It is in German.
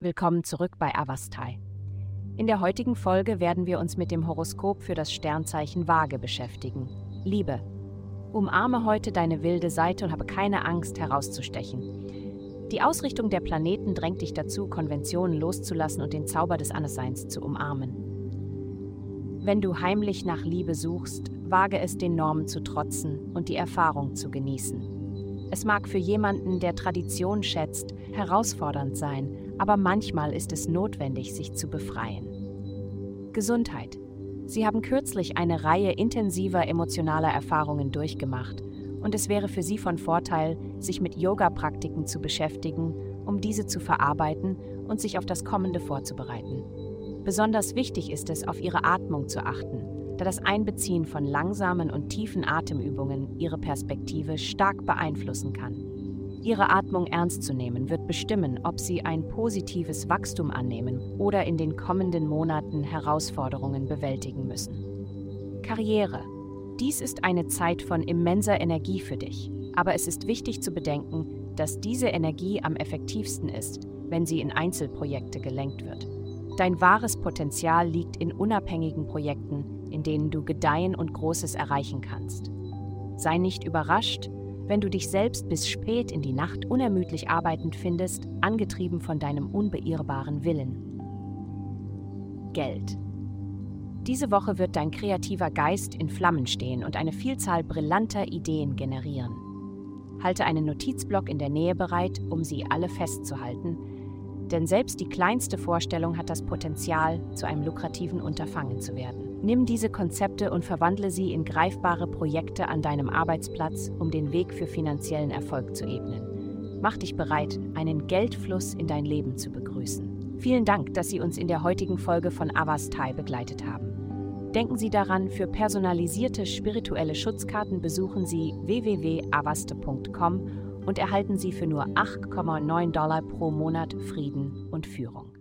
Willkommen zurück bei Avastai. In der heutigen Folge werden wir uns mit dem Horoskop für das Sternzeichen Waage beschäftigen. Liebe. Umarme heute deine wilde Seite und habe keine Angst, herauszustechen. Die Ausrichtung der Planeten drängt dich dazu, Konventionen loszulassen und den Zauber des Andersseins zu umarmen. Wenn du heimlich nach Liebe suchst, wage es, den Normen zu trotzen und die Erfahrung zu genießen. Es mag für jemanden, der Tradition schätzt, herausfordernd sein, aber manchmal ist es notwendig, sich zu befreien. Gesundheit. Sie haben kürzlich eine Reihe intensiver emotionaler Erfahrungen durchgemacht und es wäre für Sie von Vorteil, sich mit Yoga-Praktiken zu beschäftigen, um diese zu verarbeiten und sich auf das Kommende vorzubereiten. Besonders wichtig ist es, auf Ihre Atmung zu achten, da das Einbeziehen von langsamen und tiefen Atemübungen Ihre Perspektive stark beeinflussen kann. Ihre Atmung ernst zu nehmen, wird bestimmen, ob Sie ein positives Wachstum annehmen oder in den kommenden Monaten Herausforderungen bewältigen müssen. Karriere. Dies ist eine Zeit von immenser Energie für dich, aber es ist wichtig zu bedenken, dass diese Energie am effektivsten ist, wenn sie in Einzelprojekte gelenkt wird. Dein wahres Potenzial liegt in unabhängigen Projekten, in denen du gedeihen und Großes erreichen kannst. Sei nicht überrascht, wenn du dich selbst bis spät in die Nacht unermüdlich arbeitend findest, angetrieben von deinem unbeirrbaren Willen. Geld. Diese Woche wird dein kreativer Geist in Flammen stehen und eine Vielzahl brillanter Ideen generieren. Halte einen Notizblock in der Nähe bereit, um sie alle festzuhalten, denn selbst die kleinste Vorstellung hat das Potenzial, zu einem lukrativen Unterfangen zu werden. Nimm diese Konzepte und verwandle sie in greifbare Projekte an deinem Arbeitsplatz, um den Weg für finanziellen Erfolg zu ebnen. Mach dich bereit, einen Geldfluss in dein Leben zu begrüßen. Vielen Dank, dass Sie uns in der heutigen Folge von Avastai begleitet haben. Denken Sie daran, für personalisierte spirituelle Schutzkarten besuchen Sie www.avaste.com und erhalten Sie für nur $8,9 pro Monat Frieden und Führung.